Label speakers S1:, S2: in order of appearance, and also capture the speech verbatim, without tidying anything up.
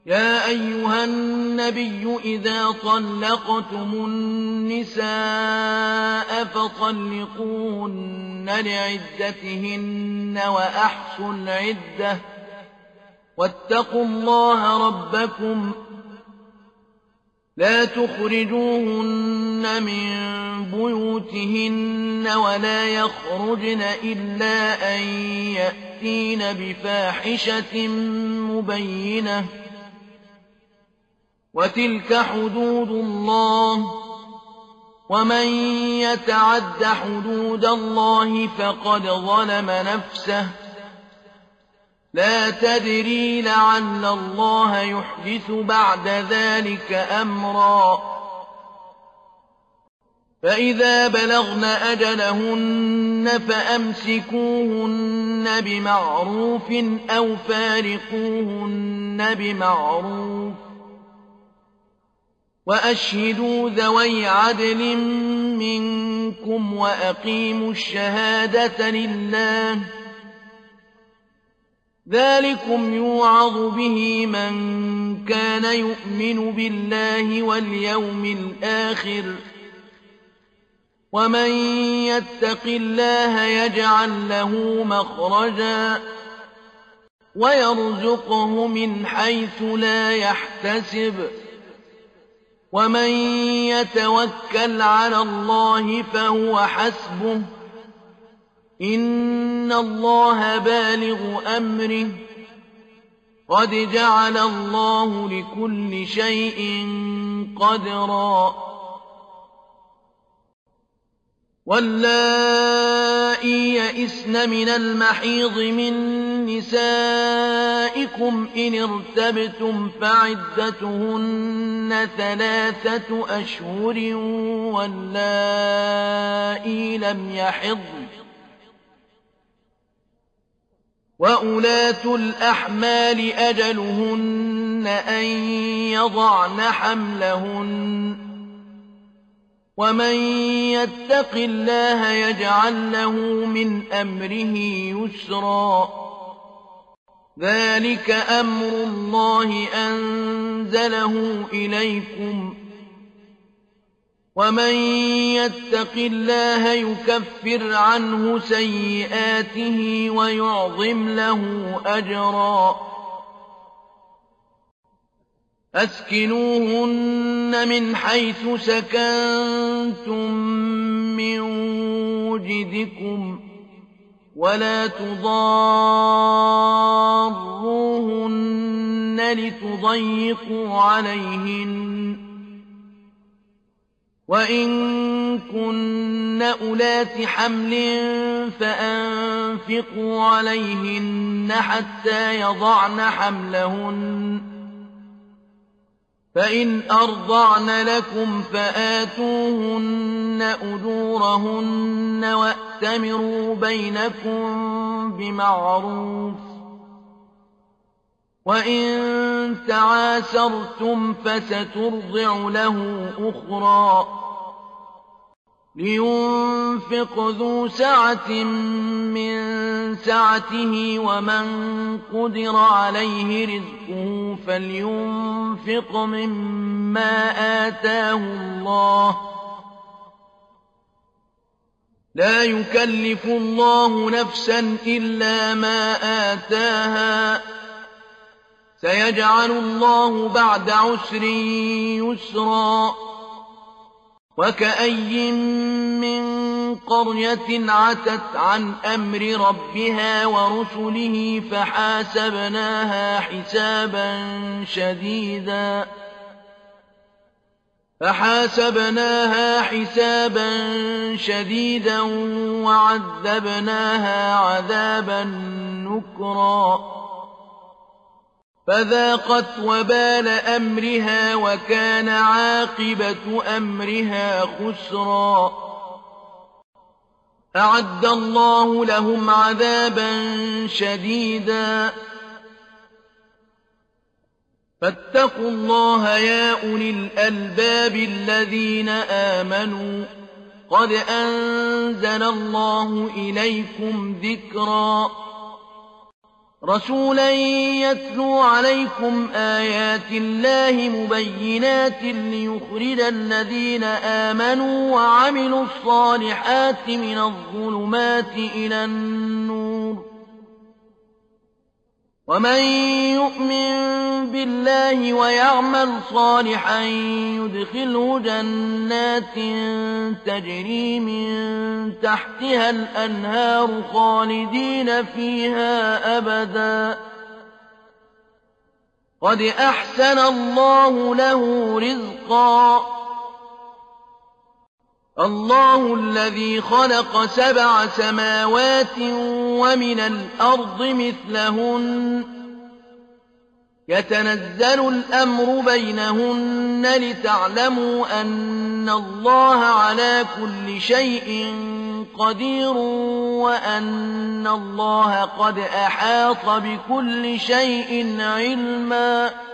S1: يا أيها النبي إذا طلقتم النساء فطلقوهن لعدتهن وأحصوا العدة واتقوا الله ربكم لا تخرجوهن من بيوتهن ولا يخرجن إلا أن يأتين بفاحشة مبينة وتلك حدود الله ومن يتعد حدود الله فقد ظلم نفسه لا تدري لعل الله يحدث بعد ذلك أمرا فإذا بلغن أجلهن فأمسكوهن بمعروف أو فارقوهن بمعروف وأشهدوا ذوي عدل منكم وأقيموا الشهادة لله ذلكم يوعظ به من كان يؤمن بالله واليوم الآخر ومن يتق الله يجعل له مخرجا ويرزقه من حيث لا يحتسب ومن يتوكل على الله فهو حسبه إن الله بالغ أمره قد جعل الله لكل شيء قدرا واللائي يئسن من المحيض من نسائكم إن ارتبتم فعدتهن ثلاثة أشهر واللائي لم يحضن وأولاة الأحمال أجلهن أن يضعن حملهن ومن يتق الله يجعل له من أمره يسرا ذلك أمر الله أنزله إليكم ومن يتق الله يكفر عنه سيئاته ويعظم له أجرا أسكنوهن من حيث سكنتم من وجدكم ولا تضاروهن لتضيقوا عليهن وإن كن أولات حمل فأنفقوا عليهن حتى يضعن حملهن فإن أرضعن لكم فآتوهن أجورهن وأتمروا بينكم بمعروف وإن تعاسرتم فسترضع له أخرى لينفق ذو سعة من سعته ومن قدر عليه رزقه فلينفق مما آتاه الله لا يكلف الله نفسا إلا ما آتاها سيجعل الله بعد عسر يسرا وكأي من قرية عتت عن أمر ربها ورسله فحاسبناها حسابا شديدا فحاسبناها حسابا شديدا وعذبناها عذابا نكرا فذاقت وبال أمرها وكان عاقبة أمرها خسرا أعد الله لهم عذابا شديدا فاتقوا الله يا أولي الألباب الذين آمنوا قد أنزل الله إليكم ذكرا رسولا يتلو عليكم آيات الله مبينات ليخرج الذين آمنوا وعملوا الصالحات من الظلمات إلى النور ومن يؤمن بالله ويعمل صالحا يدخله جنات تجري من تحتها الأنهار خالدين فيها أبدا قد أحسن الله له رزقا الله الذي خلق سبع سماوات ومن الأرض مثلهن يتنزل الأمر بينهن لتعلموا أن الله على كل شيء قدير وأن الله قد أحاط بكل شيء علما